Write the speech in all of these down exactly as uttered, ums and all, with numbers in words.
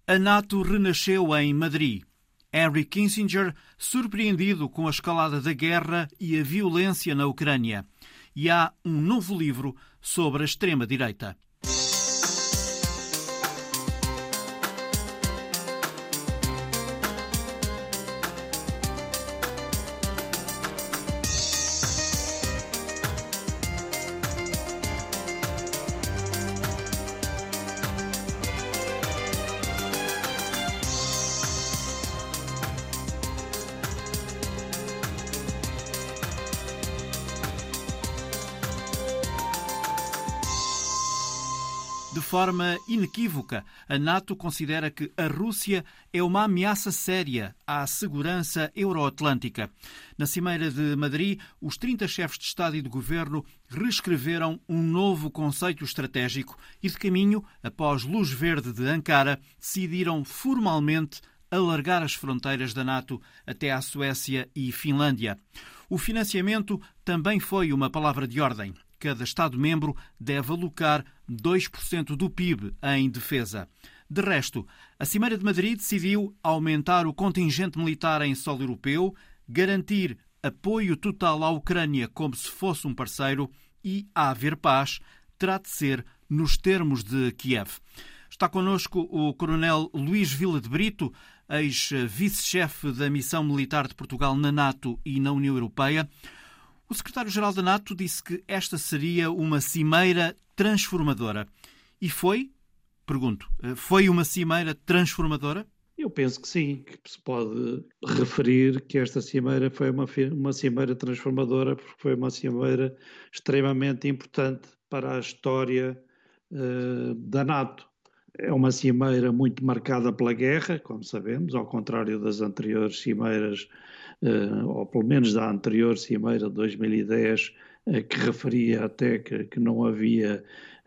A NATO renasceu em Madrid. Henry Kissinger, surpreendido com a escalada da guerra e a violência na Ucrânia. E há um novo livro sobre a extrema-direita. De forma inequívoca, a NATO considera que a Rússia é uma ameaça séria à segurança euroatlântica. Na Cimeira de Madrid, os trinta chefes de Estado e de Governo reescreveram um novo conceito estratégico e, de caminho, após luz verde de Ankara, decidiram formalmente alargar as fronteiras da NATO até à Suécia e Finlândia. O financiamento também foi uma palavra de ordem. Cada Estado-membro deve alocar dois por cento do P I B em defesa. De resto, a Cimeira de Madrid decidiu aumentar o contingente militar em solo europeu, garantir apoio total à Ucrânia como se fosse um parceiro e, a haver paz, terá de ser nos termos de Kiev. Está connosco o coronel Luís Vila de Brito, ex-vice-chefe da Missão Militar de Portugal na NATO e na União Europeia. O secretário-geral da NATO disse que esta seria uma cimeira transformadora. E foi? Pergunto, foi uma cimeira transformadora? Eu penso que sim, que se pode referir que esta cimeira foi uma, uma cimeira transformadora, porque foi uma cimeira extremamente importante para a história uh, da NATO. É uma cimeira muito marcada pela guerra, como sabemos, ao contrário das anteriores cimeiras, uh, ou pelo menos da anterior cimeira de dois mil e dez, uh, que referia até que, que não havia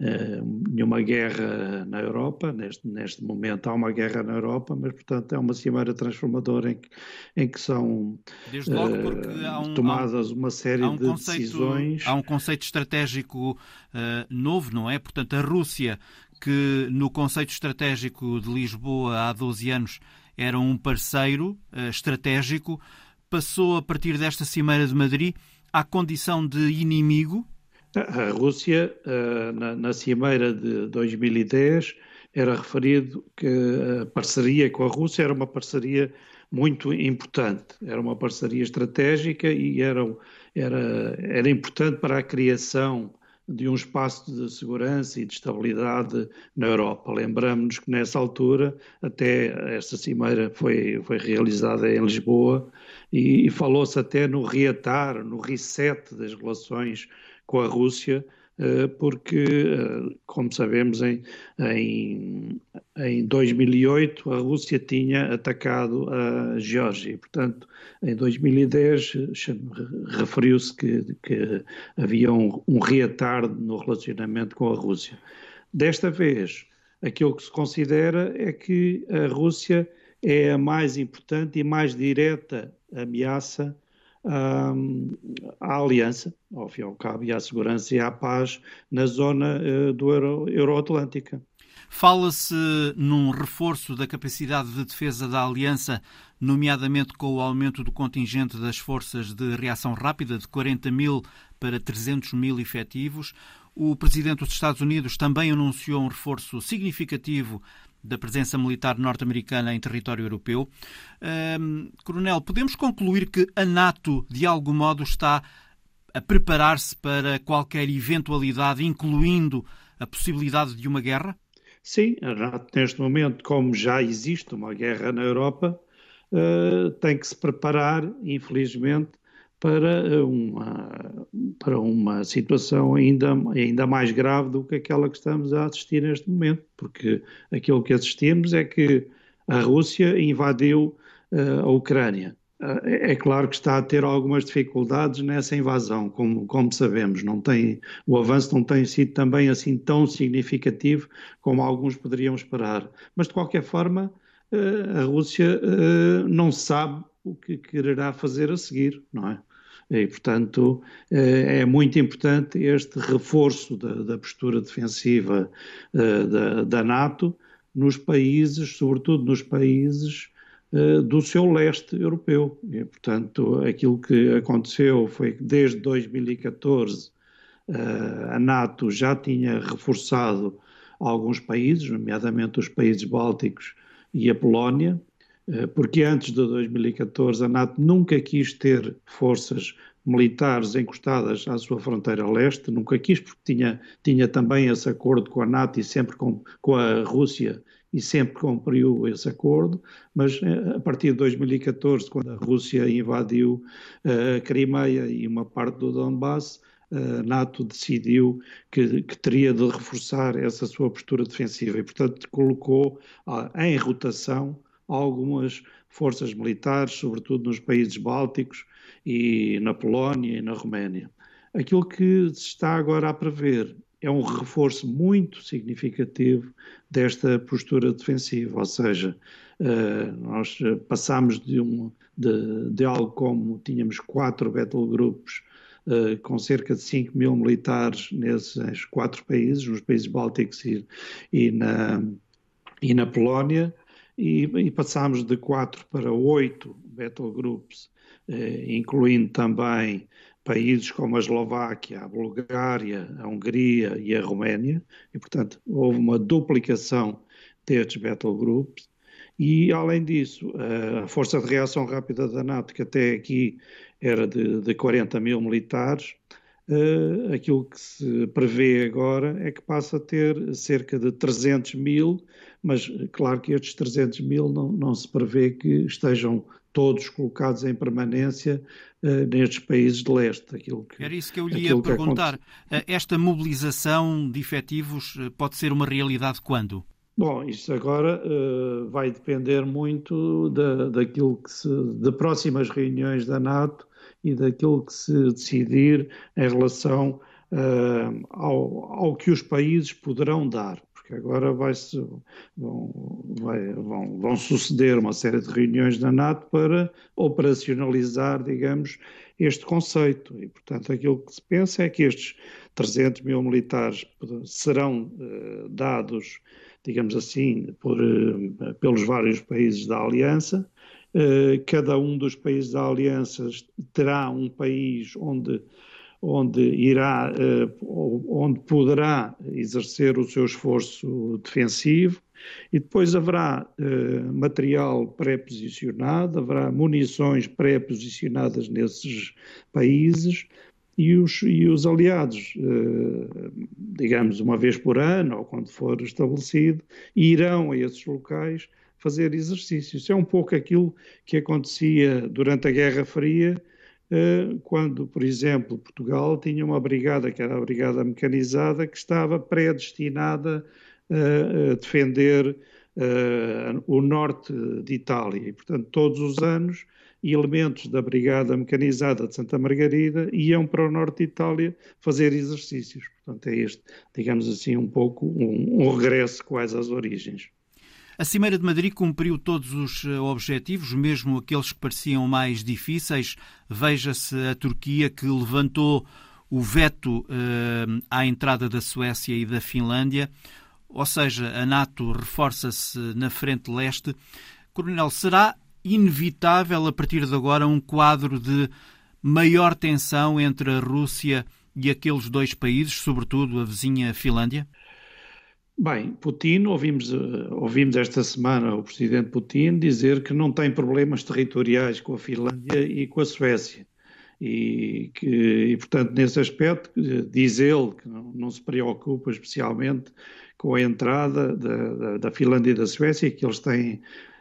uh, nenhuma guerra na Europa. Neste, neste momento há uma guerra na Europa, mas, portanto, é uma cimeira transformadora em que, em que são Desde logo porque há um, tomadas há um, uma série há um de conceito, decisões. Há um conceito estratégico uh, novo, não é? Portanto, a Rússia, que no conceito estratégico de Lisboa há doze anos era um parceiro uh, estratégico, passou a partir desta Cimeira de Madrid à condição de inimigo? A Rússia, uh, na, na Cimeira de dois mil e dez, era referido que a parceria com a Rússia era uma parceria muito importante, era uma parceria estratégica e era, era, era importante para a criação de um espaço de segurança e de estabilidade na Europa. Lembramos-nos que nessa altura, até esta cimeira foi, foi realizada em Lisboa e, e falou-se até no reatar, no reset das relações com a Rússia, porque, como sabemos, em, em, em dois mil e oito a Rússia tinha atacado a Geórgia e, portanto, em dois mil e dez referiu-se que, que havia um, um reatar no relacionamento com a Rússia. Desta vez, aquilo que se considera é que a Rússia é a mais importante e mais direta ameaça À, à aliança, ao fim e ao cabo, e à segurança e à paz na zona uh, do Euro, Euroatlântica. Fala-se num reforço da capacidade de defesa da aliança, nomeadamente com o aumento do contingente das forças de reação rápida de quarenta mil para trezentos mil efetivos. O presidente dos Estados Unidos também anunciou um reforço significativo da presença militar norte-americana em território europeu. Um, Coronel, podemos concluir que a NATO, de algum modo, está a preparar-se para qualquer eventualidade, incluindo a possibilidade de uma guerra? Sim, a NATO, neste momento, como já existe uma guerra na Europa, uh, tem que se preparar, infelizmente, para uma, para uma situação ainda, ainda mais grave do que aquela que estamos a assistir neste momento, porque aquilo que assistimos é que a Rússia invadiu uh, a Ucrânia. Uh, é claro que está a ter algumas dificuldades nessa invasão, como, como sabemos. Não tem, o avanço não tem sido também assim tão significativo como alguns poderiam esperar. Mas, de qualquer forma, uh, a Rússia uh, não sabe o que quererá fazer a seguir, não é? E, portanto, é muito importante este reforço da, da postura defensiva da, da NATO, nos países, sobretudo nos países uh, do seu leste europeu. E, portanto, aquilo que aconteceu foi que desde dois mil e catorze uh, a NATO já tinha reforçado alguns países, nomeadamente os países bálticos e a Polónia, uh, porque antes de dois mil e catorze a NATO nunca quis ter forças militares encostadas à sua fronteira leste, nunca quis, porque tinha, tinha também esse acordo com a NATO e sempre com, com a Rússia e sempre cumpriu esse acordo, mas a partir de dois mil e catorze, quando a Rússia invadiu a uh, Crimeia e uma parte do Donbass, a NATO decidiu que, que teria de reforçar essa sua postura defensiva e, portanto, colocou uh, em rotação algumas forças militares, sobretudo nos países bálticos e na Polónia e na Roménia. Aquilo que se está agora a prever é um reforço muito significativo desta postura defensiva, ou seja, nós passámos de, um, de, de algo como tínhamos quatro battle groups com cerca de cinco mil militares nesses quatro países, nos países bálticos e, e, na, e na Polónia, e, e passámos de quatro para oito battle groups, eh, incluindo também países como a Eslováquia, a Bulgária, a Hungria e a Roménia, e, portanto, houve uma duplicação destes battle groups. E, além disso, a Força de Reação Rápida da NATO, que até aqui era de, de quarenta mil militares, uh, aquilo que se prevê agora é que passa a ter cerca de trezentos mil, mas claro que estes trezentos mil não, não se prevê que estejam todos colocados em permanência uh, nestes países de leste. Aquilo que, Era isso que eu lhe ia perguntar. Esta mobilização de efetivos pode ser uma realidade quando? Bom, isto agora uh, vai depender muito da, daquilo que se, de próximas reuniões da NATO e daquilo que se decidir em relação uh, ao, ao que os países poderão dar, porque agora vai-se, vão, vai, vão, vão suceder uma série de reuniões da NATO para operacionalizar, digamos, este conceito. E, portanto, aquilo que se pensa é que estes trezentos mil militares serão uh, dados, digamos assim, por, uh, pelos vários países da Aliança. Uh, cada um dos países da Aliança terá um país onde, onde irá, uh, onde poderá exercer o seu esforço defensivo, e depois haverá uh, material pré-posicionado, haverá munições pré-posicionadas nesses países. E os, e os aliados, eh, digamos, uma vez por ano, ou quando for estabelecido, irão a esses locais fazer exercícios. Isso é um pouco aquilo que acontecia durante a Guerra Fria, eh, quando, por exemplo, Portugal tinha uma brigada, que era a Brigada Mecanizada, que estava predestinada a, a defender eh, o norte de Itália. E, portanto, todos os anos, elementos da Brigada Mecanizada de Santa Margarida iam para o norte de Itália fazer exercícios. Portanto, é este, digamos assim, um pouco um, um regresso quase às origens. A Cimeira de Madrid cumpriu todos os objetivos, mesmo aqueles que pareciam mais difíceis. Veja-se a Turquia, que levantou o veto eh, à entrada da Suécia e da Finlândia, ou seja, a NATO reforça-se na frente leste. Coronel, será inevitável a partir de agora um quadro de maior tensão entre a Rússia e aqueles dois países, sobretudo a vizinha Finlândia? Bem, Putin, ouvimos, ouvimos esta semana o presidente Putin dizer que não tem problemas territoriais com a Finlândia e com a Suécia. E, que, e portanto, nesse aspecto, diz ele que não, não se preocupa especialmente com a entrada da, da, da Finlândia e da Suécia, que eles têm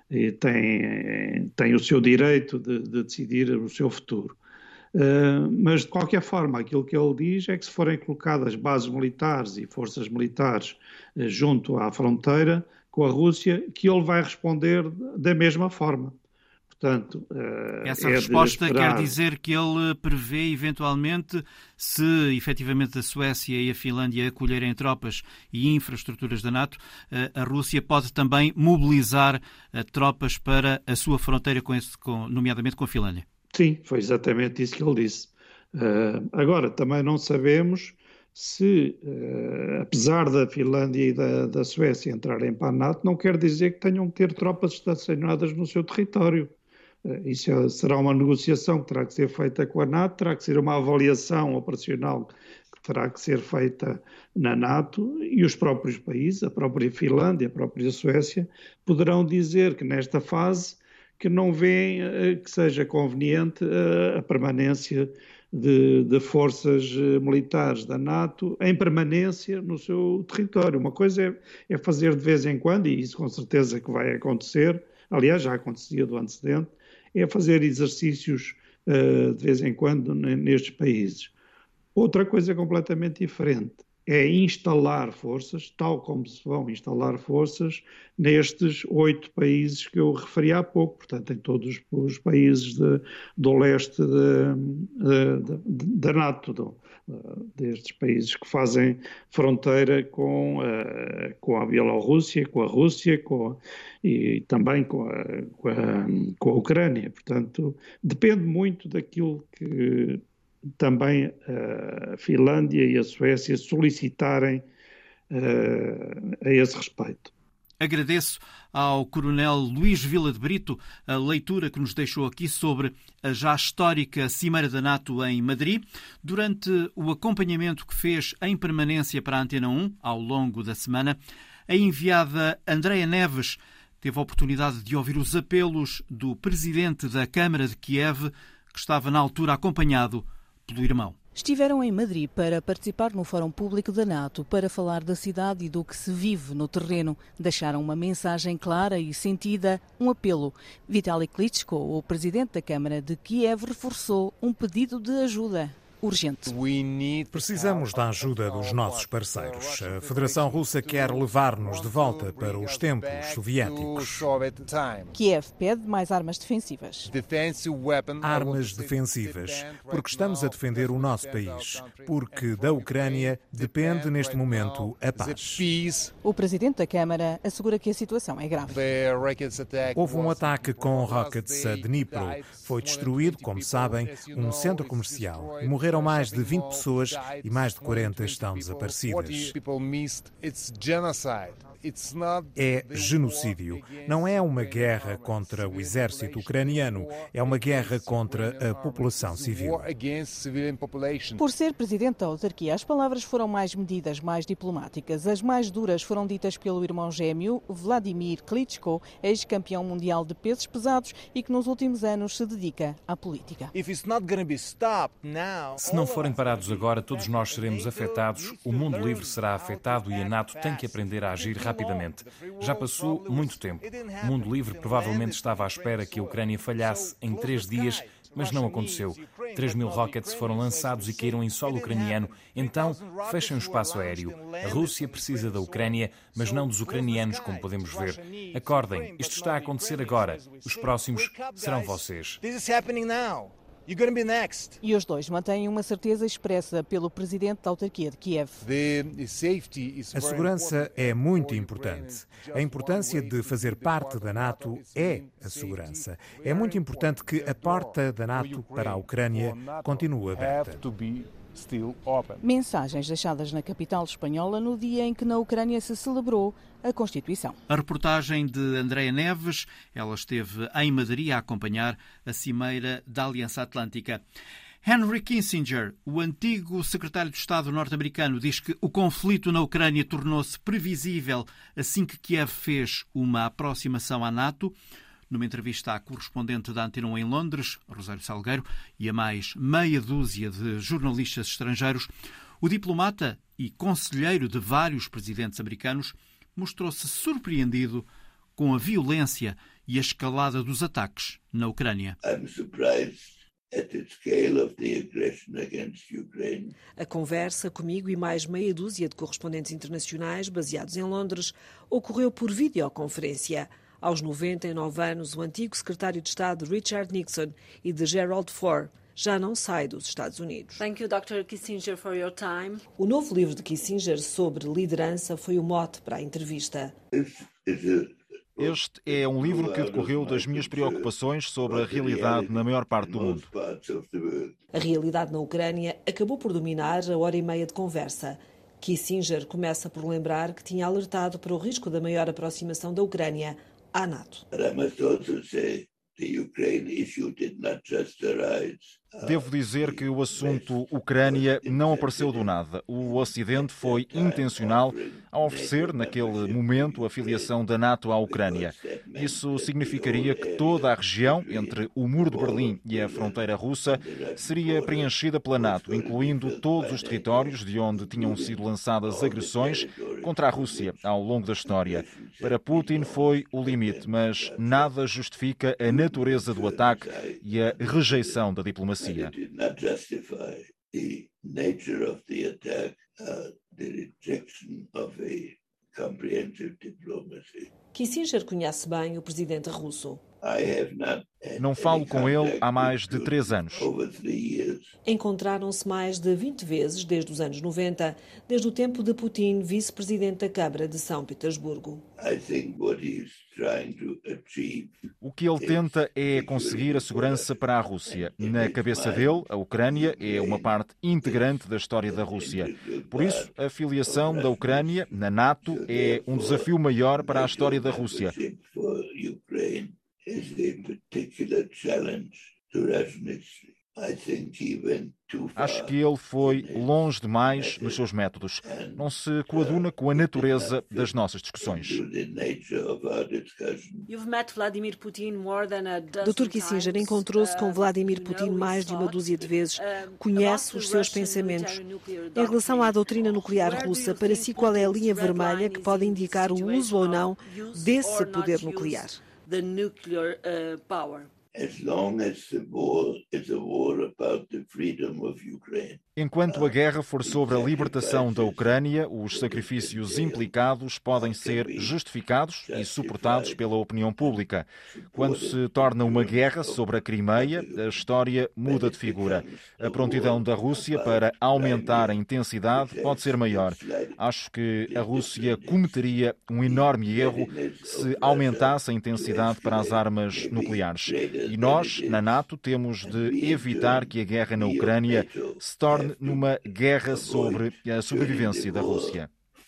Tem, tem o seu direito de, de decidir o seu futuro. Uh, mas, de qualquer forma, aquilo que ele diz é que se forem colocadas bases militares e forças militares uh, junto à fronteira com a Rússia, que ele vai responder da mesma forma. Portanto, uh, Essa é resposta esperar... quer dizer que ele prevê, eventualmente, se efetivamente a Suécia e a Finlândia acolherem tropas e infraestruturas da NATO, a Rússia pode também mobilizar tropas para a sua fronteira, com esse, com, nomeadamente com a Finlândia. Sim, foi exatamente isso que ele disse. Uh, agora, também não sabemos se, uh, apesar da Finlândia e da, da Suécia entrarem para a NATO, não quer dizer que tenham que ter tropas estacionadas no seu território. Uh, isso é, será uma negociação que terá que ser feita com a NATO, terá que ser uma avaliação operacional que terá que ser feita na NATO, e os próprios países, a própria Finlândia, a própria Suécia, poderão dizer que nesta fase que não veem uh, que seja conveniente uh, a permanência De, de forças militares da NATO em permanência no seu território. Uma coisa é, é fazer de vez em quando, e isso com certeza que vai acontecer, aliás já acontecia do antecedente, é fazer exercícios uh, de vez em quando nestes países. Outra coisa completamente diferente é instalar forças, tal como se vão instalar forças nestes oito países que eu referi há pouco, portanto, em todos os países de, do leste da NATO, do, destes países que fazem fronteira com, uh, com a Bielorrússia, com a Rússia com, e também com a, com, a, com a Ucrânia. Portanto, depende muito daquilo que também a Finlândia e a Suécia solicitarem uh, a esse respeito. Agradeço ao Coronel Luís Vila de Brito a leitura que nos deixou aqui sobre a já histórica Cimeira da NATO em Madrid, durante o acompanhamento que fez em permanência para a Antena um ao longo da semana. A enviada Andreia Neves teve a oportunidade de ouvir os apelos do presidente da Câmara de Kiev, que estava na altura acompanhado pelo irmão. Estiveram em Madrid para participar no Fórum Público da NATO, para falar da cidade e do que se vive no terreno. Deixaram uma mensagem clara e sentida, um apelo. Vitaly Klitschko, o presidente da Câmara de Kiev, reforçou um pedido de ajuda urgente. Precisamos da ajuda dos nossos parceiros. A Federação Russa quer levar-nos de volta para os tempos soviéticos. Kiev pede mais armas defensivas. Armas defensivas, porque estamos a defender o nosso país, porque da Ucrânia depende neste momento a paz. O presidente da Câmara assegura que a situação é grave. Houve um ataque com rockets a Dnipro. Foi destruído, como sabem, um centro comercial e morreram mais de vinte pessoas e mais de quarenta estão desaparecidas. É genocídio. Não é uma guerra contra o exército ucraniano, é uma guerra contra a população civil. Por ser presidente da autarquia, as palavras foram mais medidas, mais diplomáticas. As mais duras foram ditas pelo irmão gêmeo Vladimir Klitschko, ex-campeão mundial de pesos pesados e que nos últimos anos se dedica à política. Se não forem parados agora, todos nós seremos afetados, o mundo livre será afetado e a NATO tem que aprender a agir rapidamente. Rapidamente. Já passou muito tempo. O mundo livre provavelmente estava à espera que a Ucrânia falhasse em três dias, mas não aconteceu. Três mil rockets foram lançados e caíram em solo ucraniano. Então, fechem o espaço aéreo. A Rússia precisa da Ucrânia, mas não dos ucranianos, como podemos ver. Acordem, isto está a acontecer agora. Os próximos serão vocês. E os dois mantêm uma certeza expressa pelo presidente da autarquia de Kiev. A segurança é muito importante. A importância de fazer parte da NATO é a segurança. É muito importante que a porta da NATO para a Ucrânia continue aberta. Mensagens deixadas na capital espanhola no dia em que na Ucrânia se celebrou a Constituição. A reportagem de Andreia Neves, ela esteve em Madrid a acompanhar a cimeira da Aliança Atlântica. Henry Kissinger, o antigo secretário de Estado norte-americano, diz que o conflito na Ucrânia tornou-se previsível assim que Kiev fez uma aproximação à NATO. Numa entrevista à correspondente da Antena um em Londres, Rosário Salgueiro, e a mais meia dúzia de jornalistas estrangeiros, o diplomata e conselheiro de vários presidentes americanos mostrou-se surpreendido com a violência e a escalada dos ataques na Ucrânia. I'm surprised at the scale of the aggression against Ukraine. A conversa comigo e mais meia dúzia de correspondentes internacionais baseados em Londres ocorreu por videoconferência. Aos noventa e nove anos, o antigo secretário de Estado Richard Nixon e de Gerald Ford já não sai dos Estados Unidos. Thank you, doutor Kissinger, for your time. O novo livro de Kissinger sobre liderança foi o mote para a entrevista. It's, it's a Este é um livro que decorreu das minhas preocupações sobre a realidade na maior parte do mundo. A realidade na Ucrânia acabou por dominar a hora e meia de conversa. Kissinger começa por lembrar que tinha alertado para o risco da maior aproximação da Ucrânia à NATO. Devo dizer que o assunto Ucrânia não apareceu do nada. O Ocidente foi intencional ao oferecer, naquele momento, a filiação da NATO à Ucrânia. Isso significaria que toda a região, entre o Muro de Berlim e a fronteira russa, seria preenchida pela NATO, incluindo todos os territórios de onde tinham sido lançadas agressões contra a Rússia ao longo da história. Para Putin foi o limite, mas nada justifica a natureza do ataque e a rejeição da diplomacia. Kissinger conhece bem o presidente russo. Não falo com ele há mais de três anos. Encontraram-se mais de vinte vezes desde os anos noventa, desde o tempo de Putin, vice-presidente da Câmara de São Petersburgo. O que ele tenta é conseguir a segurança para a Rússia. Na cabeça dele, a Ucrânia é uma parte integrante da história da Rússia. Por isso, a filiação da Ucrânia na NATO é um desafio maior para a história da Rússia. Acho que ele foi longe demais nos seus métodos. Não se coaduna com a natureza das nossas discussões. doutor Kissinger encontrou-se com Vladimir Putin mais de uma dúzia de vezes. Conhece os seus pensamentos. Em relação à doutrina nuclear russa, para si qual é a linha vermelha que pode indicar o uso ou não desse poder nuclear? The nuclear uh, power. Enquanto a guerra for sobre a libertação da Ucrânia, os sacrifícios implicados podem ser justificados e suportados pela opinião pública. Quando se torna uma guerra sobre a Crimeia, a história muda de figura. A prontidão da Rússia para aumentar a intensidade pode ser maior. Acho que a Rússia cometeria um enorme erro se aumentasse a intensidade para as armas nucleares. E nós, na NATO, temos de evitar que a guerra na Ucrânia se torne numa guerra sobre a sobrevivência da Rússia.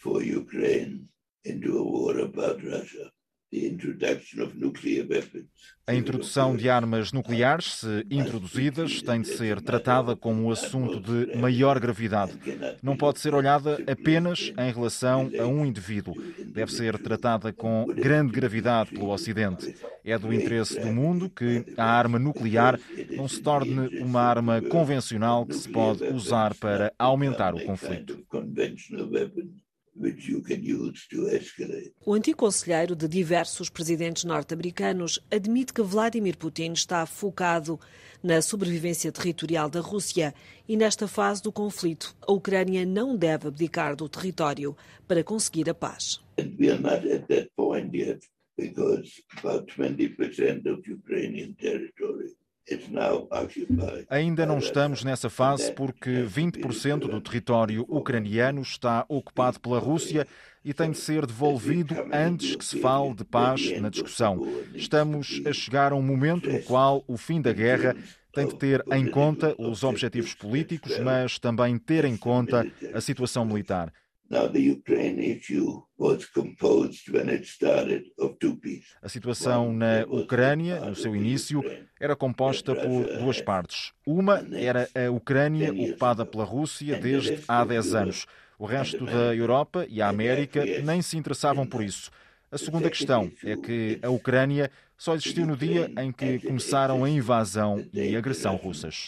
A introdução de armas nucleares, se introduzidas, tem de ser tratada como um assunto de maior gravidade. Não pode ser olhada apenas em relação a um indivíduo. Deve ser tratada com grande gravidade pelo Ocidente. É do interesse do mundo que a arma nuclear não se torne uma arma convencional que se pode usar para aumentar o conflito. O antigo conselheiro de diversos presidentes norte-americanos admite que Vladimir Putin está focado na sobrevivência territorial da Rússia e nesta fase do conflito a Ucrânia não deve abdicar do território para conseguir a paz. Ainda não estamos nessa fase porque vinte por cento do território ucraniano está ocupado pela Rússia e tem de ser devolvido antes que se fale de paz na discussão. Estamos a chegar a um momento no qual o fim da guerra tem de ter em conta os objetivos políticos, mas também ter em conta a situação militar. A situação na Ucrânia, no seu início, era composta por duas partes. Uma era a Ucrânia ocupada pela Rússia desde há dez anos. O resto da Europa e a América nem se interessavam por isso. A segunda questão é que a Ucrânia só existiu no dia em que começaram a invasão e a agressão russas.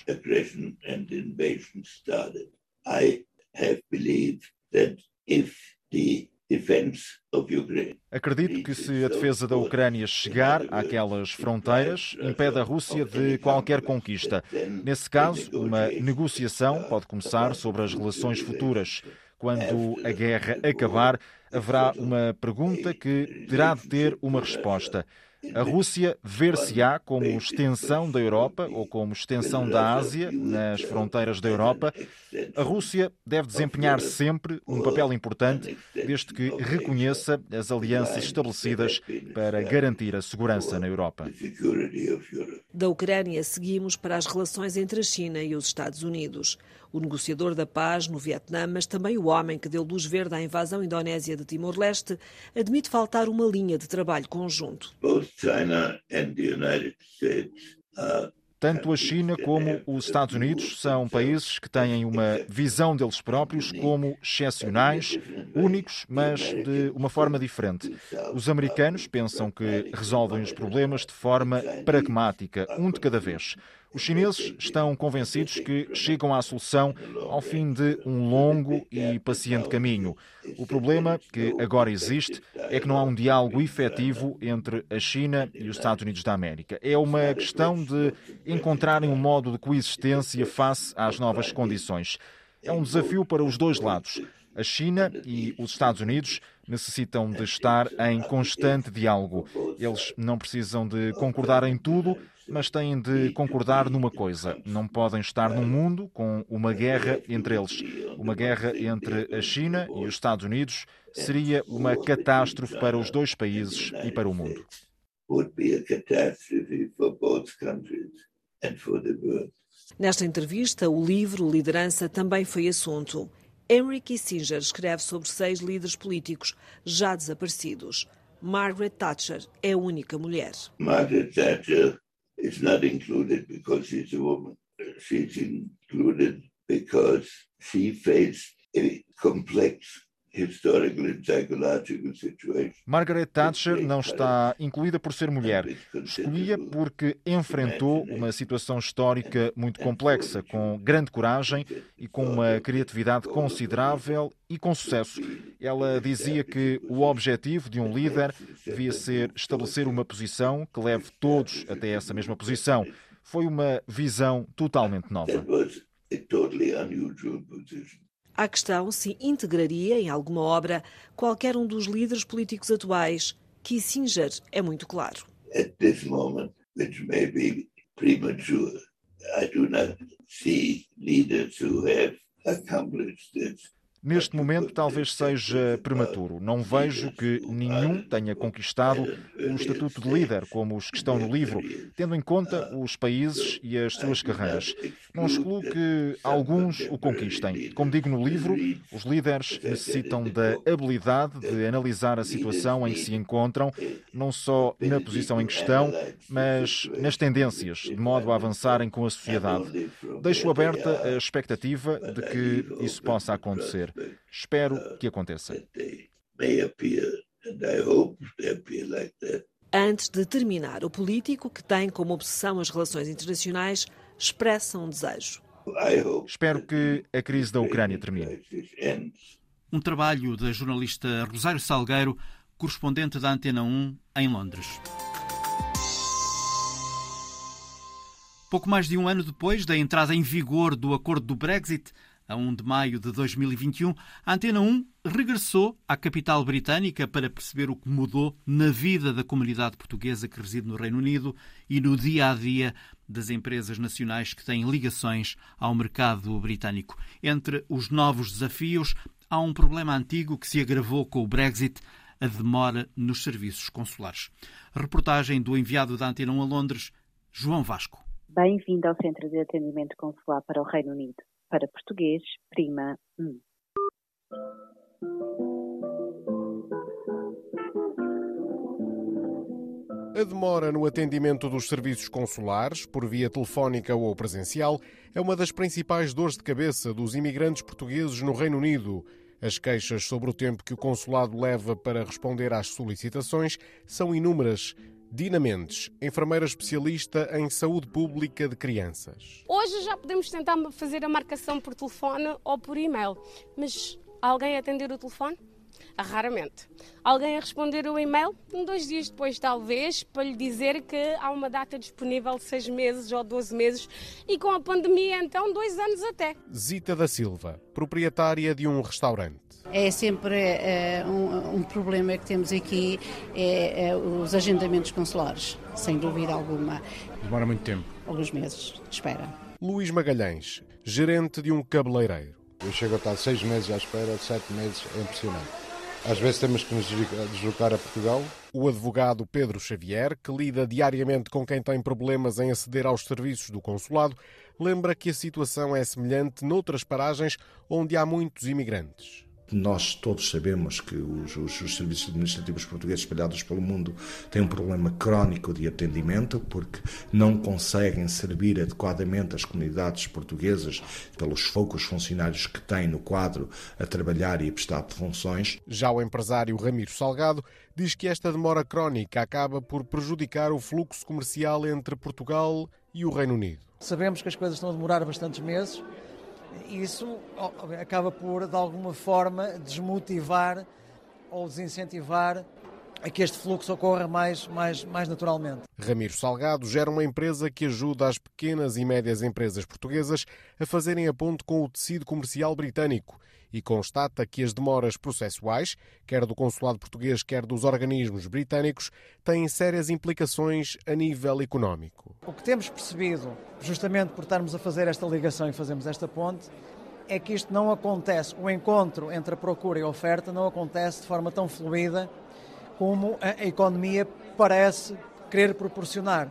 Acredito que se a defesa da Ucrânia chegar àquelas fronteiras, impede a Rússia de qualquer conquista. Nesse caso, uma negociação pode começar sobre as relações futuras. Quando a guerra acabar, haverá uma pergunta que terá de ter uma resposta. A Rússia ver-se-á como extensão da Europa ou como extensão da Ásia nas fronteiras da Europa. A Rússia deve desempenhar sempre um papel importante, desde que reconheça as alianças estabelecidas para garantir a segurança na Europa. Da Ucrânia seguimos para as relações entre a China e os Estados Unidos. O negociador da paz no Vietnã, mas também o homem que deu luz verde à invasão indonésia de Timor-Leste, admite faltar uma linha de trabalho conjunto. Tanto a China como os Estados Unidos são países que têm uma visão deles próprios como excepcionais, únicos, mas de uma forma diferente. Os americanos pensam que resolvem os problemas de forma pragmática, um de cada vez. Os chineses estão convencidos que chegam à solução ao fim de um longo e paciente caminho. O problema que agora existe é que não há um diálogo efetivo entre a China e os Estados Unidos da América. É uma questão de encontrarem um modo de coexistência face às novas condições. É um desafio para os dois lados. A China e os Estados Unidos necessitam de estar em constante diálogo. Eles não precisam de concordar em tudo, mas têm de concordar numa coisa. Não podem estar num mundo com uma guerra entre eles. Uma guerra entre a China e os Estados Unidos seria uma catástrofe para os dois países e para o mundo. Nesta entrevista, o livro Liderança também foi assunto. Henry Kissinger escreve sobre seis líderes políticos já desaparecidos. Margaret Thatcher é a única mulher. Margaret Thatcher is not included because she's a woman. She's included because she faced a complex historical and psychological situation. Margaret Thatcher não está incluída por ser mulher. Escolhia porque enfrentou uma situação histórica muito complexa, com grande coragem e com uma criatividade considerável e com sucesso. Ela dizia que o objetivo de um líder devia ser estabelecer uma posição que leve todos até essa mesma posição. Foi uma visão totalmente nova. À questão se integraria em alguma obra qualquer um dos líderes políticos atuais, Kissinger é muito claro. At this moment, which may be premature, I do not see leaders who have accomplished this. Neste momento, talvez seja prematuro. Não vejo que nenhum tenha conquistado o estatuto de líder, como os que estão no livro, tendo em conta os países e as suas carreiras. Não excluo que alguns o conquistem. Como digo no livro, os líderes necessitam da habilidade de analisar a situação em que se encontram, não só na posição em questão, mas nas tendências, de modo a avançarem com a sociedade. Deixo aberta a expectativa de que isso possa acontecer. Espero que aconteça. Antes de terminar, o político, que tem como obsessão as relações internacionais, expressa um desejo. Espero que a crise da Ucrânia termine. Um trabalho da jornalista Rosário Salgueiro, correspondente da Antena um em Londres. Pouco mais de um ano depois da entrada em vigor do acordo do Brexit, a primeiro de maio de dois mil e vinte e um, a Antena um regressou à capital britânica para perceber o que mudou na vida da comunidade portuguesa que reside no Reino Unido e no dia-a-dia das empresas nacionais que têm ligações ao mercado britânico. Entre os novos desafios, há um problema antigo que se agravou com o Brexit, a demora nos serviços consulares. A reportagem do enviado da Antena um a Londres, João Vasco. Bem-vindo ao Centro de Atendimento Consular para o Reino Unido. Para português, prima um. A demora no atendimento dos serviços consulares, por via telefónica ou presencial, é uma das principais dores de cabeça dos imigrantes portugueses no Reino Unido. As queixas sobre o tempo que o consulado leva para responder às solicitações são inúmeras. Dina Mendes, enfermeira especialista em saúde pública de crianças. Hoje já podemos tentar fazer a marcação por telefone ou por e-mail, mas alguém a atender o telefone? Raramente. Alguém a responder o e-mail? Dois dias depois, talvez, para lhe dizer que há uma data disponível de seis meses ou doze meses e com a pandemia, então, dois anos até. Zita da Silva, proprietária de um restaurante. É sempre é, um, um problema que temos aqui, é, é os agendamentos consulares, sem dúvida alguma. Demora muito tempo. Alguns meses de espera. Luís Magalhães, gerente de um cabeleireiro. Eu chego a estar seis meses à espera, sete meses, é impressionante. Às vezes temos que nos deslocar a Portugal. O advogado Pedro Xavier, que lida diariamente com quem tem problemas em aceder aos serviços do consulado, lembra que a situação é semelhante noutras paragens onde há muitos imigrantes. Nós todos sabemos que os, os, os serviços administrativos portugueses espalhados pelo mundo têm um problema crónico de atendimento porque não conseguem servir adequadamente as comunidades portuguesas pelos poucos funcionários que têm no quadro a trabalhar e a prestar funções. Já o empresário Ramiro Salgado diz que esta demora crónica acaba por prejudicar o fluxo comercial entre Portugal e o Reino Unido. Sabemos que as coisas estão a demorar bastantes meses. Isso acaba por, de alguma forma, desmotivar ou desincentivar a que este fluxo ocorra mais, mais, mais naturalmente. Ramiro Salgado gera uma empresa que ajuda as pequenas e médias empresas portuguesas a fazerem a ponte com o tecido comercial britânico e constata que as demoras processuais, quer do consulado português, quer dos organismos britânicos, têm sérias implicações a nível económico. O que temos percebido, justamente por estarmos a fazer esta ligação e fazermos esta ponte, é que isto não acontece, o encontro entre a procura e a oferta não acontece de forma tão fluida como a economia parece querer proporcionar.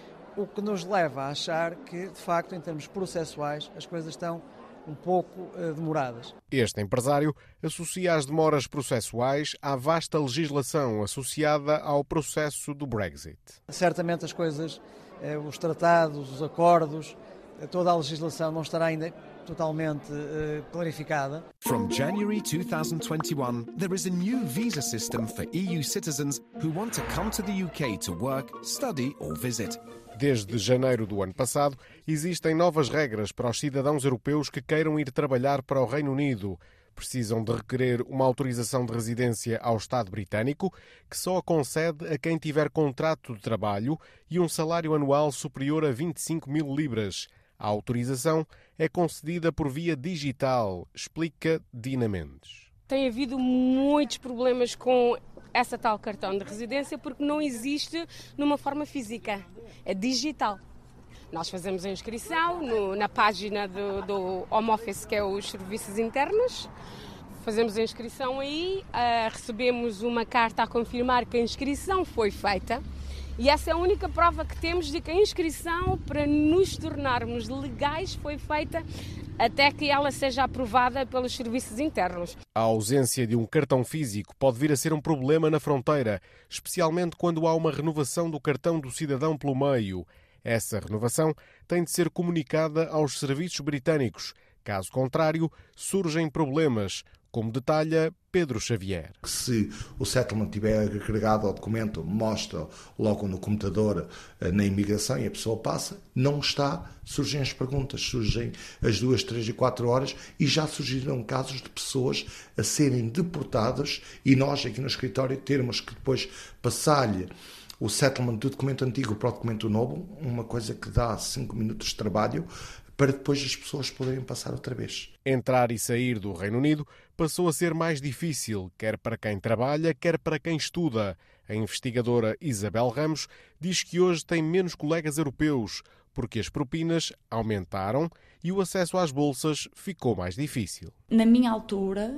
O que nos leva a achar que, de facto, em termos processuais, as coisas estão um pouco uh, demoradas. Este empresário associa as demoras processuais à vasta legislação associada ao processo do Brexit. Certamente as coisas, uh, os tratados, os acordos, uh, toda a legislação não estará ainda totalmente uh, clarificada. From January two thousand twenty-one, there is a new visa system for E U citizens who want to come to the U K to work, study or visit. Desde janeiro do ano passado, existem novas regras para os cidadãos europeus que queiram ir trabalhar para o Reino Unido. Precisam de requerer uma autorização de residência ao Estado britânico, que só a concede a quem tiver contrato de trabalho e um salário anual superior a vinte e cinco mil libras. A autorização é concedida por via digital, explica Dina Mendes. Tem havido muitos problemas com essa tal cartão de residência porque não existe numa forma física, é digital. Nós fazemos a inscrição no, na página do, do Home Office, que é os serviços internos, fazemos a inscrição aí, uh, recebemos uma carta a confirmar que a inscrição foi feita e essa é a única prova que temos de que a inscrição para nos tornarmos legais foi feita até que ela seja aprovada pelos serviços internos. A ausência de um cartão físico pode vir a ser um problema na fronteira, especialmente quando há uma renovação do cartão do cidadão pelo meio. Essa renovação tem de ser comunicada aos serviços britânicos. Caso contrário, surgem problemas, como detalha Pedro Xavier. Se o settlement tiver agregado ao documento, mostra logo no computador na imigração e a pessoa passa, não está, surgem as perguntas, surgem as duas, três e quatro horas e já surgiram casos de pessoas a serem deportadas e nós aqui no escritório termos que depois passar-lhe o settlement do documento antigo para o documento novo, uma coisa que dá cinco minutos de trabalho, para depois as pessoas poderem passar outra vez. Entrar e sair do Reino Unido passou a ser mais difícil, quer para quem trabalha, quer para quem estuda. A investigadora Isabel Ramos diz que hoje tem menos colegas europeus, porque as propinas aumentaram e o acesso às bolsas ficou mais difícil. Na minha altura,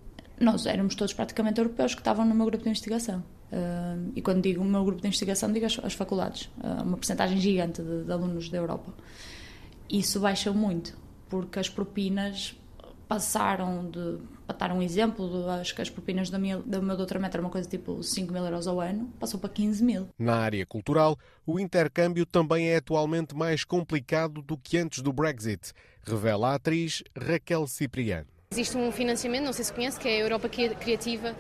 nós éramos todos praticamente europeus que estavam no meu grupo de investigação. Uh, e quando digo o meu grupo de investigação, digo as, as faculdades. Uh, uma percentagem gigante de, de alunos da Europa. Isso baixou muito, porque as propinas passaram de, para dar um exemplo, acho que as propinas do meu, do meu doutoramento eram uma coisa tipo cinco mil euros ao ano, passou para quinze mil. Na área cultural, o intercâmbio também é atualmente mais complicado do que antes do Brexit, revela a atriz Raquel Cipriano. Existe um financiamento, não sei se conhece, que é a Europa Criativa,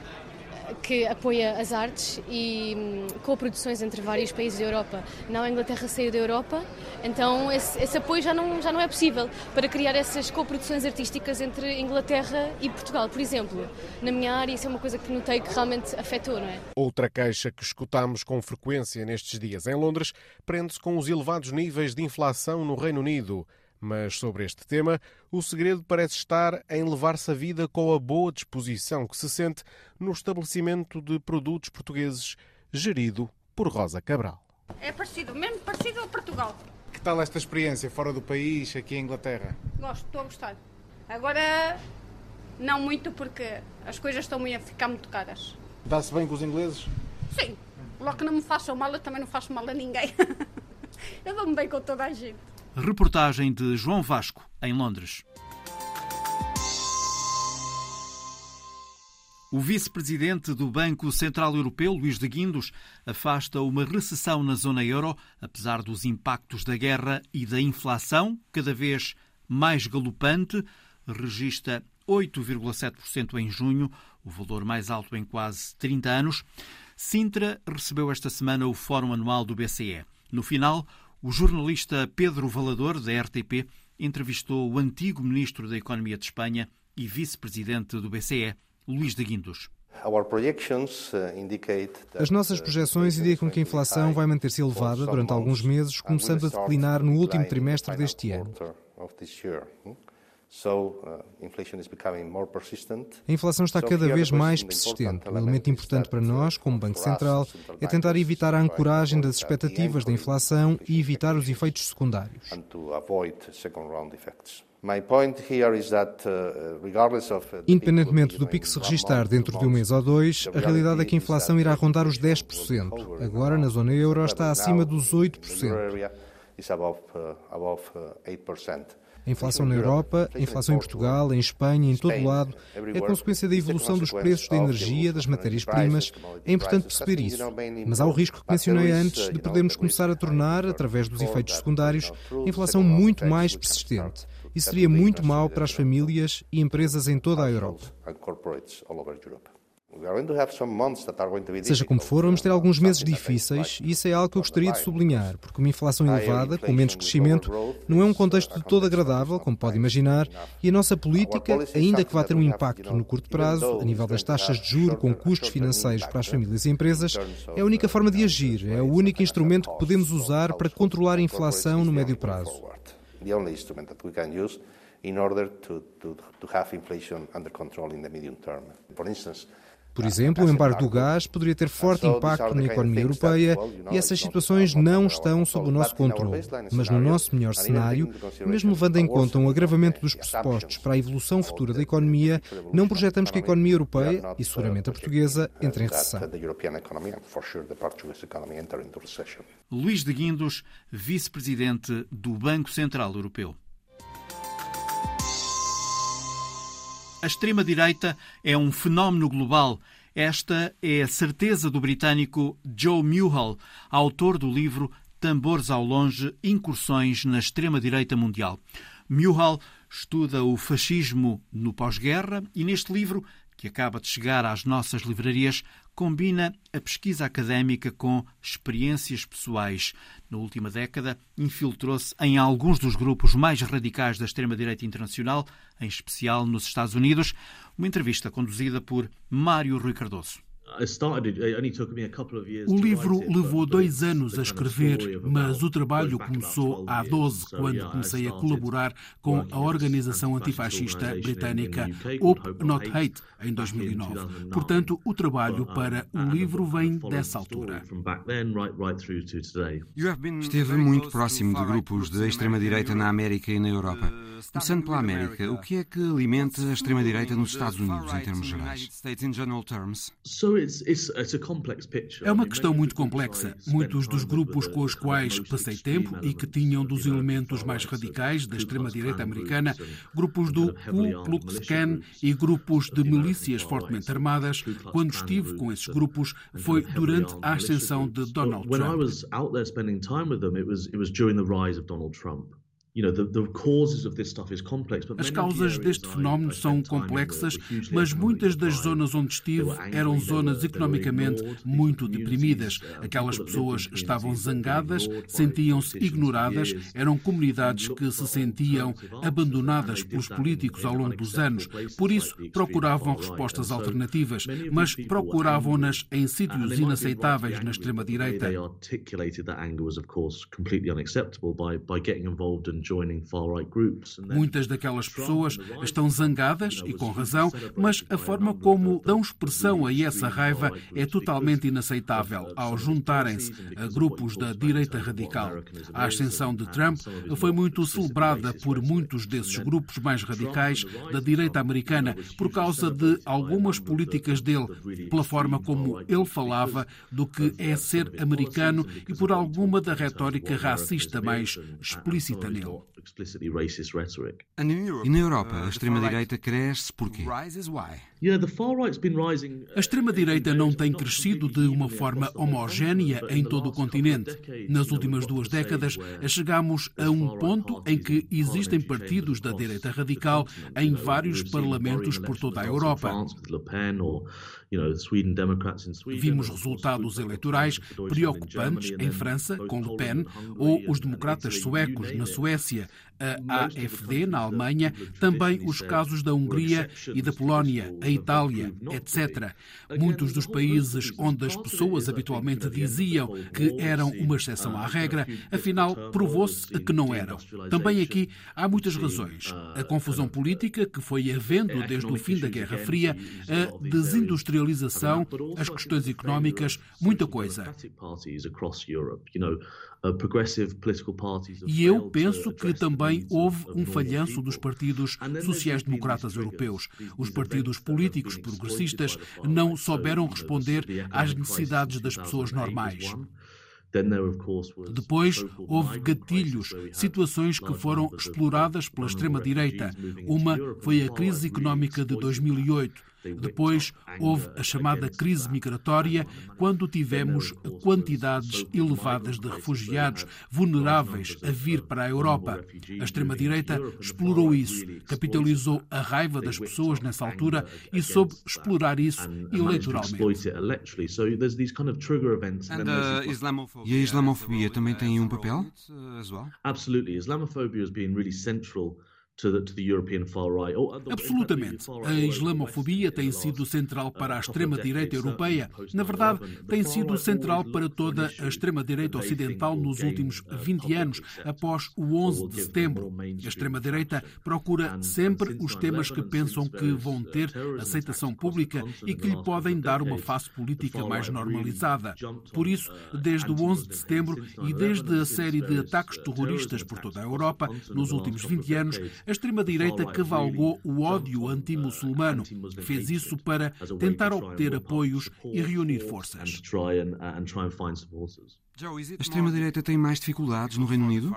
que apoia as artes e hum, co-produções entre vários países da Europa. Não, a Inglaterra saiu da Europa, então esse, esse apoio já não, já não é possível para criar essas co-produções artísticas entre Inglaterra e Portugal. Por exemplo, na minha área isso é uma coisa que notei que realmente afetou, não é? Outra queixa que escutamos com frequência nestes dias em Londres prende-se com os elevados níveis de inflação no Reino Unido. Mas sobre este tema, o segredo parece estar em levar-se a vida com a boa disposição que se sente no estabelecimento de produtos portugueses gerido por Rosa Cabral. É parecido, mesmo parecido a Portugal. Que tal esta experiência fora do país, aqui em Inglaterra? Gosto, estou a gostar. Agora, não muito porque as coisas estão a ficar muito caras. Dá-se bem com os ingleses? Sim. Logo que não me façam mal, eu também não faço mal a ninguém. Eu dou-me bem com toda a gente. Reportagem de João Vasco, em Londres. O vice-presidente do Banco Central Europeu, Luís de Guindos, afasta uma recessão na zona euro, apesar dos impactos da guerra e da inflação, cada vez mais galopante, registra oito vírgula sete por cento em junho, o valor mais alto em quase trinta anos. Sintra recebeu esta semana o Fórum Anual do B C E. No final, o jornalista Pedro Valador, da R T P, entrevistou o antigo ministro da Economia de Espanha e vice-presidente do B C E, Luís de Guindos. As nossas projeções indicam que a inflação vai manter-se elevada durante alguns meses, começando a declinar no último trimestre deste ano. A inflação está cada vez mais persistente. Um elemento importante para nós, como Banco Central, é tentar evitar a ancoragem das expectativas da inflação e evitar os efeitos secundários. Independentemente do pico se registar dentro de um mês ou dois, a realidade é que a inflação irá rondar os dez por cento. Agora, na zona euro, está acima dos oito por cento. A inflação na Europa, a inflação em Portugal, em Espanha, em todo o lado, é consequência da evolução dos preços da energia, das matérias-primas. É importante perceber isso. Mas há o risco que mencionei antes de podermos começar a tornar, através dos efeitos secundários, a inflação muito mais persistente. Isso seria muito mau para as famílias e empresas em toda a Europa. Seja como for, vamos ter alguns meses difíceis e isso é algo que eu gostaria de sublinhar, porque uma inflação elevada, com menos crescimento, não é um contexto de todo agradável, como pode imaginar, e a nossa política, ainda que vá ter um impacto no curto prazo, a nível das taxas de juros com custos financeiros para as famílias e empresas, é a única forma de agir, é o único instrumento que podemos usar para controlar a inflação no médio prazo. Por exemplo, o embargo do gás poderia ter forte impacto na economia europeia e essas situações não estão sob o nosso controle. Mas no nosso melhor cenário, mesmo levando em conta um agravamento dos pressupostos para a evolução futura da economia, não projetamos que a economia europeia, e seguramente a portuguesa, entre em recessão. Luís de Guindos, vice-presidente do Banco Central Europeu. A extrema-direita é um fenómeno global. Esta é a certeza do britânico Joe Newhall, autor do livro Tambores ao Longe, Incursões na Extrema-Direita Mundial. Newhall estuda o fascismo no pós-guerra e neste livro, que acaba de chegar às nossas livrarias, combina a pesquisa académica com experiências pessoais. Na última década, infiltrou-se em alguns dos grupos mais radicais da extrema-direita internacional, em especial nos Estados Unidos. Uma entrevista conduzida por Mário Rui Cardoso. O livro levou dois anos a escrever, mas o trabalho começou há doze, quando comecei a colaborar com a organização antifascista britânica Hope Not Hate, em dois mil e nove. Portanto, o trabalho para o livro vem dessa altura. Esteve muito próximo de grupos de extrema-direita na América e na Europa. Começando pela América, o que é que alimenta a extrema-direita nos Estados Unidos, em termos gerais? É uma questão muito complexa. Muitos dos grupos com os quais passei tempo e que tinham dos elementos mais radicais da extrema-direita americana, grupos do Ku Klux Klan e grupos de milícias fortemente armadas, quando estive com esses grupos foi durante a ascensão de Donald Trump. As causas deste fenómeno são complexas, mas muitas das zonas onde estive eram zonas economicamente muito deprimidas. Aquelas pessoas estavam zangadas, sentiam-se ignoradas, eram comunidades que se sentiam abandonadas pelos políticos ao longo dos anos. Por isso, procuravam respostas alternativas, mas procuravam-nas em sítios inaceitáveis na extrema-direita. Muitas daquelas pessoas estão zangadas, e com razão, mas a forma como dão expressão a essa raiva é totalmente inaceitável ao juntarem-se a grupos da direita radical. A ascensão de Trump foi muito celebrada por muitos desses grupos mais radicais da direita americana por causa de algumas políticas dele, pela forma como ele falava do que é ser americano e por alguma da retórica racista mais explícita nele. E na Europa, a extrema-direita cresce porquê? A extrema-direita não tem crescido de uma forma homogénea em todo o continente. Nas últimas duas décadas, chegamos a um ponto em que existem partidos da direita radical em vários parlamentos por toda a Europa. Vimos resultados eleitorais preocupantes em França, com Le Pen, ou os democratas suecos na Suécia, a AfD na Alemanha, também os casos da Hungria e da Polónia, a Itália, etcétera. Muitos dos países onde as pessoas habitualmente diziam que eram uma exceção à regra, afinal provou-se que não eram. Também aqui há muitas razões. A confusão política que foi havendo desde o fim da Guerra Fria, a desindustrialização, as questões económicas, muita coisa. E eu penso que também houve um falhanço dos partidos sociais-democratas europeus. Os partidos políticos progressistas não souberam responder às necessidades das pessoas normais. Depois, houve gatilhos, situações que foram exploradas pela extrema-direita. Uma foi a crise económica de dois mil e oito. Depois, houve a chamada crise migratória, quando tivemos quantidades elevadas de refugiados vulneráveis a vir para a Europa. A extrema-direita explorou isso, capitalizou a raiva das pessoas nessa altura e soube explorar isso eleitoralmente. E a islamofobia também tem um papel? Absolutamente. A islamofobia tem sido central para a extrema-direita europeia. Na verdade, tem sido central para toda a extrema-direita ocidental nos últimos vinte anos, após o onze de setembro. A extrema-direita procura sempre os temas que pensam que vão ter aceitação pública e que lhe podem dar uma face política mais normalizada. Por isso, desde o onze de setembro e desde a série de ataques terroristas por toda a Europa, nos últimos vinte anos, a extrema-direita cavalgou o ódio anti-muçulmano. Fez isso para tentar obter apoios e reunir forças. A extrema-direita tem mais dificuldades no Reino Unido?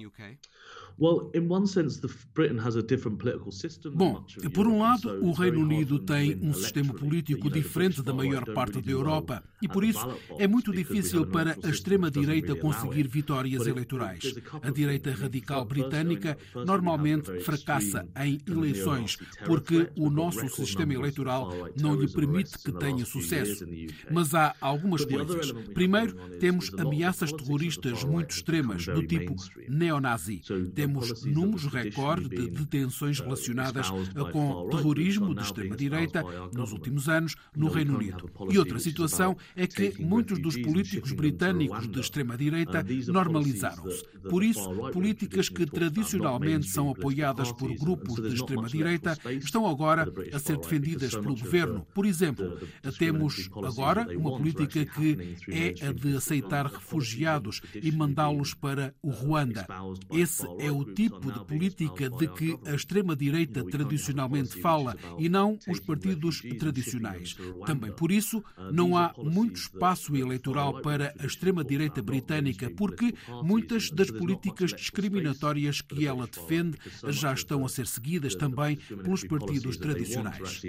Bom, por um lado, o Reino Unido tem um sistema político diferente da maior parte da Europa e, por isso, é muito difícil para a extrema-direita conseguir vitórias eleitorais. A direita radical britânica normalmente fracassa em eleições porque o nosso sistema eleitoral não lhe permite que tenha sucesso. Mas há algumas coisas. Primeiro, temos ameaças terroristas muito extremas, do tipo neonazi. Temos números recorde de detenções relacionadas com terrorismo de extrema-direita nos últimos anos no Reino Unido. E outra situação é que muitos dos políticos britânicos de extrema-direita normalizaram-se. Por isso, políticas que tradicionalmente são apoiadas por grupos de extrema-direita estão agora a ser defendidas pelo governo. Por exemplo, temos agora uma política que é a de aceitar refugiados e mandá-los para o Ruanda. Esse é o tipo de política de que a extrema-direita tradicionalmente fala e não os partidos tradicionais. Também por isso, não há muito espaço eleitoral para a extrema-direita britânica, porque muitas das políticas discriminatórias que ela defende já estão a ser seguidas também pelos partidos tradicionais.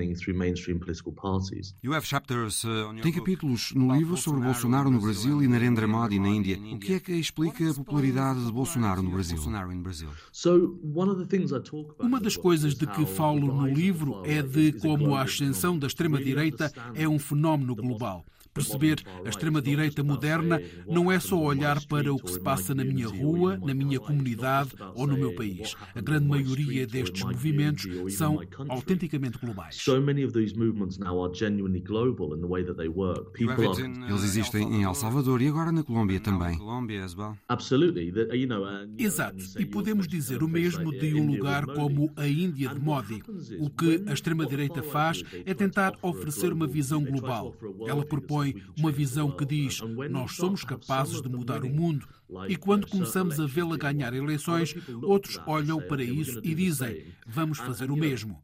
Tem capítulos no livro sobre Bolsonaro no Brasil e Narendra Modi na Índia. O que é que explica a popularidade de Bolsonaro no Brasil? Uma das coisas de que falo no livro é de como a ascensão da extrema-direita é um fenómeno global. Perceber a extrema-direita moderna não é só olhar para o que se passa na minha rua, na minha comunidade ou no meu país. A grande maioria destes movimentos são autenticamente globais. Eles existem em El Salvador e agora na Colômbia também. Exato. E podemos dizer o mesmo de um lugar como a Índia de Modi. O que a extrema-direita faz é tentar oferecer uma visão global. Ela propõe uma visão que diz: nós somos capazes de mudar o mundo. E quando começamos a vê-la ganhar eleições, outros olham para isso e dizem: vamos fazer o mesmo.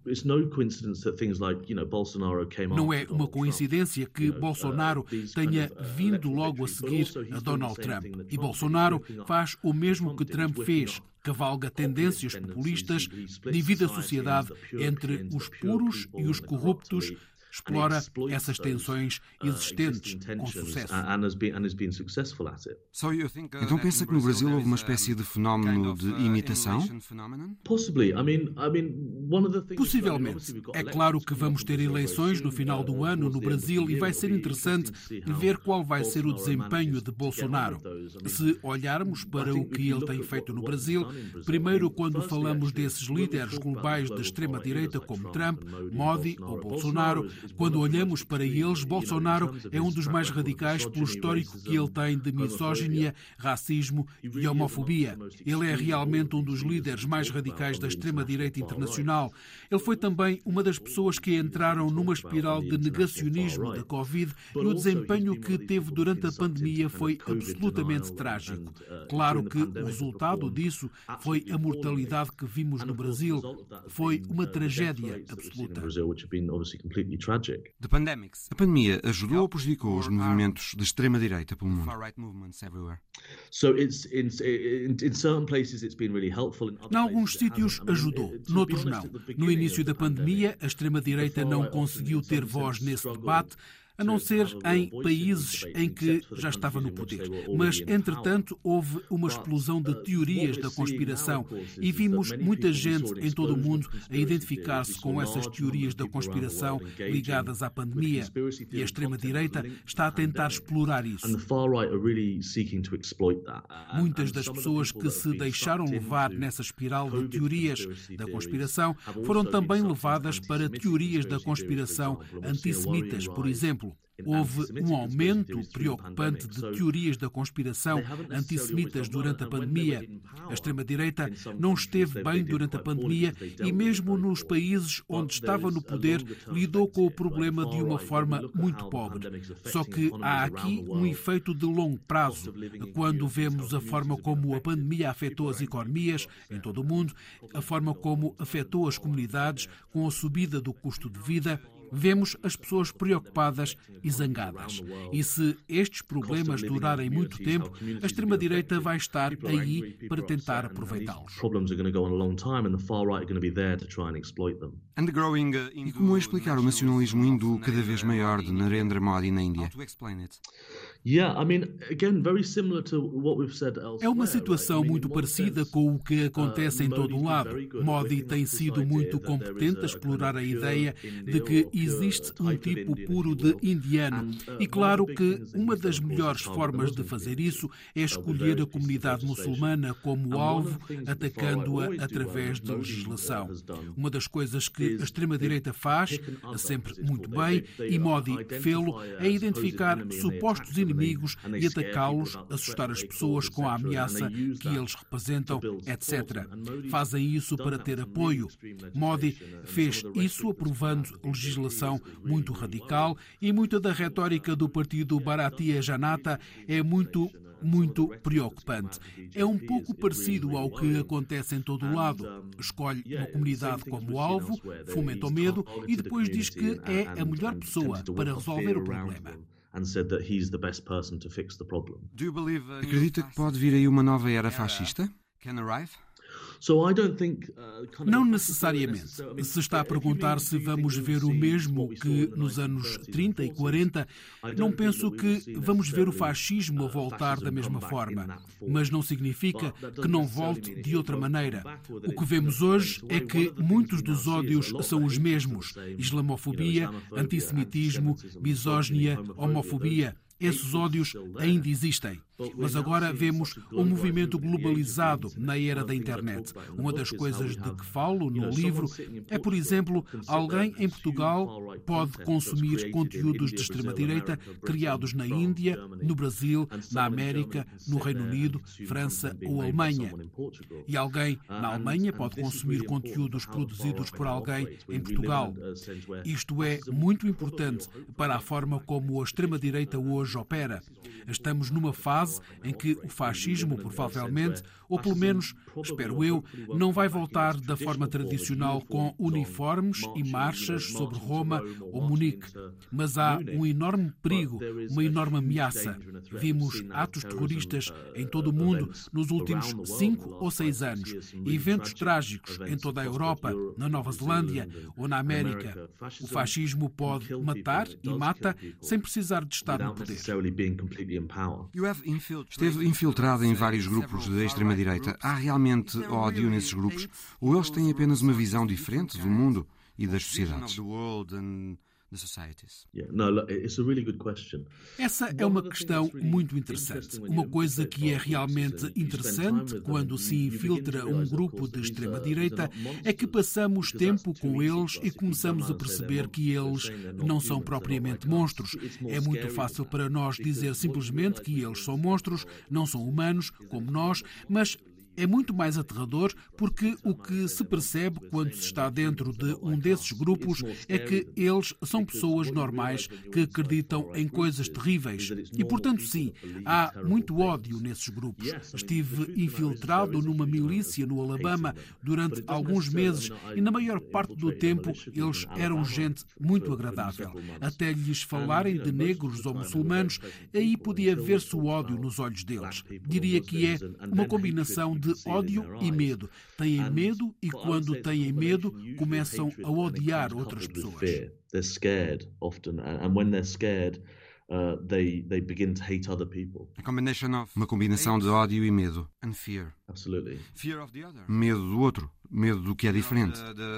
Não é uma coincidência que Bolsonaro tenha vindo logo a seguir a Donald Trump. E Bolsonaro faz o mesmo que Trump fez. Cavalga tendências populistas, divide a sociedade entre os puros e os corruptos, explora essas tensões existentes com sucesso. Então pensa que no Brasil houve uma espécie de fenómeno de imitação? Possivelmente. É claro que vamos ter eleições no final do ano no Brasil e vai ser interessante ver qual vai ser o desempenho de Bolsonaro. Se olharmos para o que ele tem feito no Brasil, primeiro quando falamos desses líderes globais de extrema-direita como Trump, Modi ou Bolsonaro, quando olhamos para eles, Bolsonaro é um dos mais radicais pelo histórico que ele tem de misóginia, racismo e homofobia. Ele é realmente um dos líderes mais radicais da extrema-direita internacional. Ele foi também uma das pessoas que entraram numa espiral de negacionismo da Covid e o desempenho que teve durante a pandemia foi absolutamente trágico. Claro que o resultado disso foi a mortalidade que vimos no Brasil. Foi uma tragédia absoluta. A pandemia ajudou ou prejudicou os movimentos de extrema-direita pelo mundo? Em alguns sítios ajudou, noutros não. No início da pandemia, a extrema-direita não conseguiu ter voz nesse debate, a não ser em países em que já estava no poder. Mas, entretanto, houve uma explosão de teorias da conspiração e vimos muita gente em todo o mundo a identificar-se com essas teorias da conspiração ligadas à pandemia. E a extrema-direita está a tentar explorar isso. Muitas das pessoas que se deixaram levar nessa espiral de teorias da conspiração foram também levadas para teorias da conspiração antissemitas, por exemplo. Houve um aumento preocupante de teorias da conspiração antissemitas durante a pandemia. A extrema-direita não esteve bem durante a pandemia e mesmo nos países onde estava no poder lidou com o problema de uma forma muito pobre. Só que há aqui um efeito de longo prazo. Quando vemos a forma como a pandemia afetou as economias em todo o mundo, a forma como afetou as comunidades com a subida do custo de vida, vemos as pessoas preocupadas e zangadas. E se estes problemas durarem muito tempo, a extrema-direita vai estar aí para tentar aproveitá-los. E como explicar o nacionalismo hindu cada vez maior de Narendra Modi na Índia? É uma situação muito parecida com o que acontece em todo o lado. Modi tem sido muito competente a explorar a ideia de que existe um tipo puro de indiano. E claro que uma das melhores formas de fazer isso é escolher a comunidade muçulmana como alvo, atacando-a através de legislação. Uma das coisas que a extrema-direita faz, sempre muito bem, e Modi fê-lo, é identificar supostos inimigos e atacá-los, assustar as pessoas com a ameaça que eles representam, etcétera. Fazem isso para ter apoio. Modi fez isso aprovando legislação muito radical e muita da retórica do partido Bharatiya Janata é muito muito preocupante. É um pouco parecido ao que acontece em todo o lado. Escolhe uma comunidade como alvo, fomenta o medo e depois diz que é a melhor pessoa para resolver o problema. Acredita que pode vir aí uma nova era fascista? Não necessariamente. Se está a perguntar se vamos ver o mesmo que nos anos trinta e quarenta, não penso que vamos ver o fascismo a voltar da mesma forma. Mas não significa que não volte de outra maneira. O que vemos hoje é que muitos dos ódios são os mesmos: islamofobia, antissemitismo, misóginia, homofobia. Esses ódios ainda existem. Mas agora vemos um movimento globalizado na era da internet. Uma das coisas de que falo no livro é, por exemplo, alguém em Portugal pode consumir conteúdos de extrema-direita criados na Índia, no Brasil, na América, no Reino Unido, França ou Alemanha. E alguém na Alemanha pode consumir conteúdos produzidos por alguém em Portugal. Isto é muito importante para a forma como a extrema-direita hoje opera. Estamos numa fase em que o fascismo, provavelmente, ou pelo menos, espero eu, não vai voltar da forma tradicional com uniformes e marchas sobre Roma ou Munique. Mas há um enorme perigo, uma enorme ameaça. Vimos atos terroristas em todo o mundo nos últimos cinco ou seis anos. Eventos trágicos em toda a Europa, na Nova Zelândia ou na América. O fascismo pode matar e mata sem precisar de estar no poder. Esteve infiltrado em vários grupos de extrema-direita. Há realmente ódio nesses grupos? Ou eles têm apenas uma visão diferente do mundo e das sociedades? Essa é uma questão muito interessante. Uma coisa que é realmente interessante quando se infiltra um grupo de extrema-direita é que passamos tempo com eles e começamos a perceber que eles não são propriamente monstros. É muito fácil para nós dizer simplesmente que eles são monstros, não são humanos, como nós, mas é muito mais aterrador porque o que se percebe quando se está dentro de um desses grupos é que eles são pessoas normais que acreditam em coisas terríveis. E, portanto, sim, há muito ódio nesses grupos. Estive infiltrado numa milícia no Alabama durante alguns meses e, na maior parte do tempo, eles eram gente muito agradável. Até lhes falarem de negros ou muçulmanos, aí podia ver-se o ódio nos olhos deles. Diria que é uma combinação de ódio e medo. Têm medo e, quando têm medo, começam a odiar outras pessoas. Uma combinação de ódio e medo. Medo do outro. Medo do que é diferente.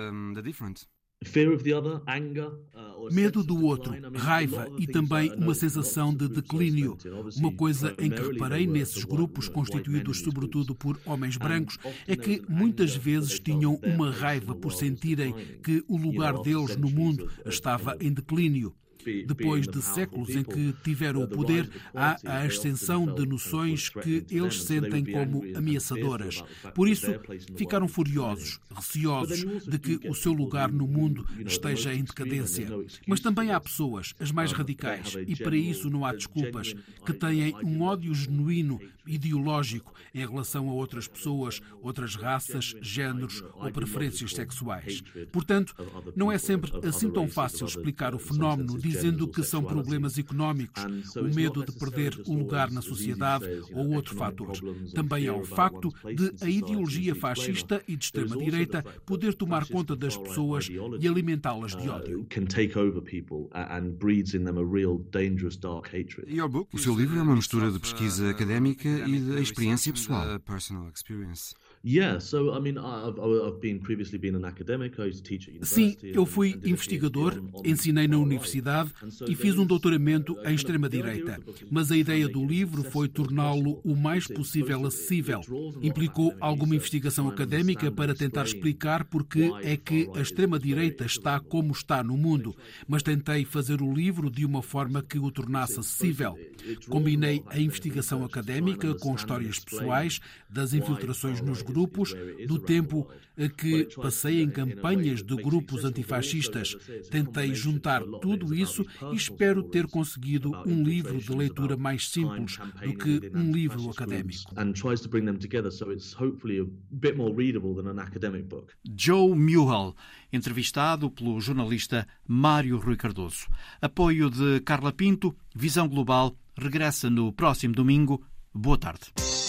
Medo do outro, raiva e também uma sensação de declínio. Uma coisa em que reparei nesses grupos constituídos sobretudo por homens brancos é que muitas vezes tinham uma raiva por sentirem que o lugar deles no mundo estava em declínio. Depois de séculos em que tiveram o poder, há a ascensão de noções que eles sentem como ameaçadoras. Por isso, ficaram furiosos, receosos de que o seu lugar no mundo esteja em decadência. Mas também há pessoas, as mais radicais, e para isso não há desculpas, que têm um ódio genuíno, ideológico, em relação a outras pessoas, outras raças, géneros ou preferências sexuais. Portanto, não é sempre assim tão fácil explicar o fenómeno dizendo que são problemas económicos, o medo de perder o lugar na sociedade ou outro fator. Também há o facto de a ideologia fascista e de extrema-direita poder tomar conta das pessoas e alimentá-las de ódio. O seu livro é uma mistura de pesquisa académica e de experiência pessoal. Sim, eu fui investigador, ensinei na universidade e fiz um doutoramento em extrema-direita. Mas a ideia do livro foi torná-lo o mais possível acessível. Implicou alguma investigação académica para tentar explicar porque é que a extrema-direita está como está no mundo. Mas tentei fazer o livro de uma forma que o tornasse acessível. Combinei a investigação académica com histórias pessoais das infiltrações nos grupos, do tempo que passei em campanhas de grupos antifascistas. Tentei juntar tudo isso e espero ter conseguido um livro de leitura mais simples do que um livro académico. Joe Mewhall, entrevistado pelo jornalista Mário Rui Cardoso. Apoio de Carla Pinto, Visão Global, regressa no próximo domingo. Boa tarde.